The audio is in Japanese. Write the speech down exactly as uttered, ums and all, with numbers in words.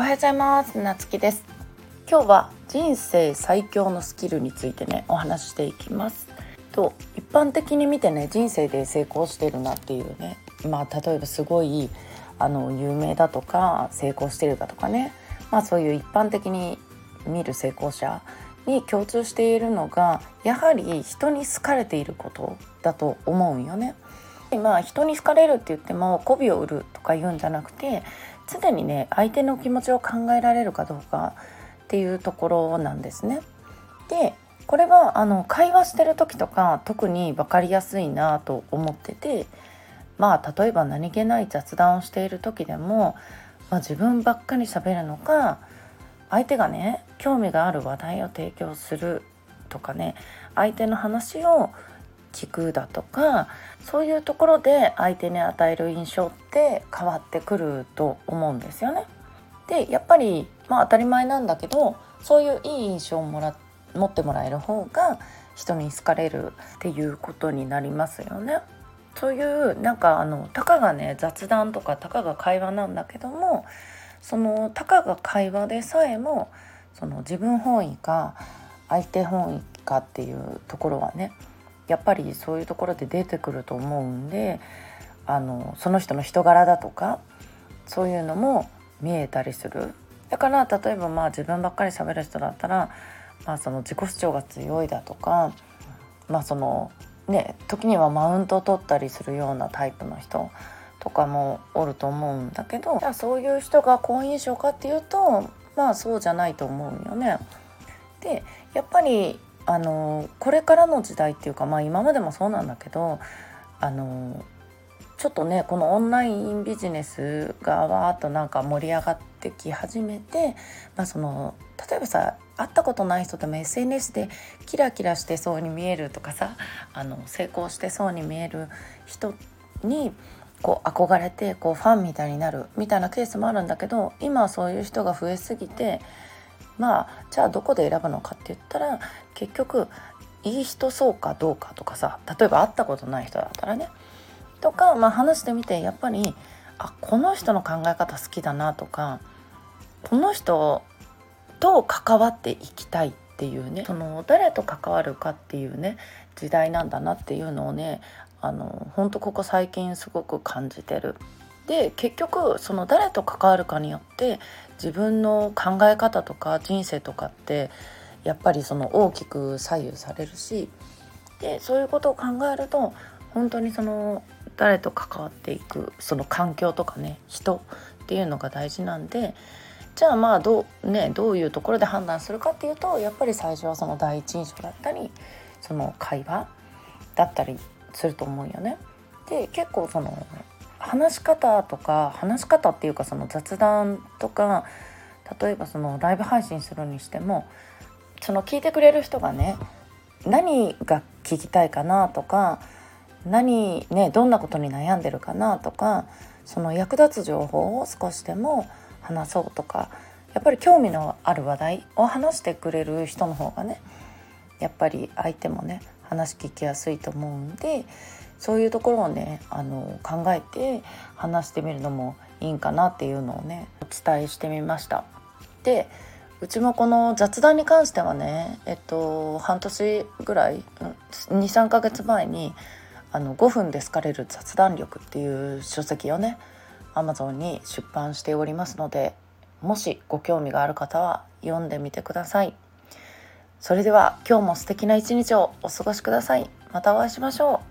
おはようございます。なつきです。今日は人生最強のスキルについてねお話ししていきます。と一般的に見てね人生で成功してるなっていうね、まあ例えばすごいあの有名だとか成功してるだとかね、まあそういう一般的に見る成功者に共通しているのがやはり人に好かれていることだと思うんよね。まあ人に好かれるって言っても媚びを売るとか言うんじゃなくて、常にね相手の気持ちを考えられるかどうかっていうところなんですね。でこれはあの会話してる時とか特に分かりやすいなと思ってて、まあ例えば何気ない雑談をしている時でも、まあ、自分ばっかり喋るのか相手がね興味がある話題を提供するとかね、相手の話を聞くだとか、そういうところで相手に与える印象って変わってくると思うんですよね。でやっぱりまあ当たり前なんだけど、そういういい印象をもら持ってもらえる方が人に好かれるっていうことになりますよね。そういうなんかあのたかがね雑談とかたかが会話なんだけども、そのたかが会話でさえもその自分本位か相手本位かっていうところはねやっぱりそういうところで出てくると思うんで、あのその人の人柄だとかそういうのも見えたりする。だから例えばまあ自分ばっかり喋る人だったら、まあ、その自己主張が強いだとか、まあそのね時にはマウントを取ったりするようなタイプの人とかもおると思うんだけど、じゃあそういう人が好印象かっていうとまあそうじゃないと思うよね。でやっぱりあのこれからの時代っていうか、まあ今までもそうなんだけど、あのちょっとねこのオンラインビジネスがわーっとなんか盛り上がってき始めて、まあ、その例えばさ会ったことない人でも エスエヌエス でキラキラしてそうに見えるとかさ、あの成功してそうに見える人にこう憧れてこうファンみたいになるみたいなケースもあるんだけど、今はそういう人が増えすぎて、まあじゃあどこで選ぶのかって言ったら結局いい人そうかどうかとかさ、例えば会ったことない人だったらねとか、まあ、話してみてやっぱりあこの人の考え方好きだなとか、この人と関わっていきたいっていうね、その誰と関わるかっていうね時代なんだなっていうのをね、あの本当ここ最近すごく感じてる。で結局その誰と関わるかによって自分の考え方とか人生とかってやっぱりその大きく左右されるし、でそういうことを考えると本当にその誰と関わっていくその環境とかね人っていうのが大事なんで、じゃあまあどうねどういうところで判断するかっていうと、やっぱり最初はその第一印象だったりその会話だったりすると思うよね。で結構その話し方とか話し方っていうかその雑談とか、例えばそのライブ配信するにしてもその聞いてくれる人がね何が聞きたいかなとか、何ねどんなことに悩んでるかなとか、その役立つ情報を少しでも話そうとか、やっぱり興味のある話題を話してくれる人の方がねやっぱり相手もね話聞きやすいと思うんで、そういうところをねあの考えて話してみるのもいいんかなっていうのをねお伝えしてみました。でうちもこの雑談に関してはね、えっと半年ぐらい に,さん ヶ月前にあのごふんで好かれる雑談力っていう書籍をね Amazon に出版しておりますので、もしご興味がある方は読んでみてください。それでは今日も素敵な一日をお過ごしください。またお会いしましょう。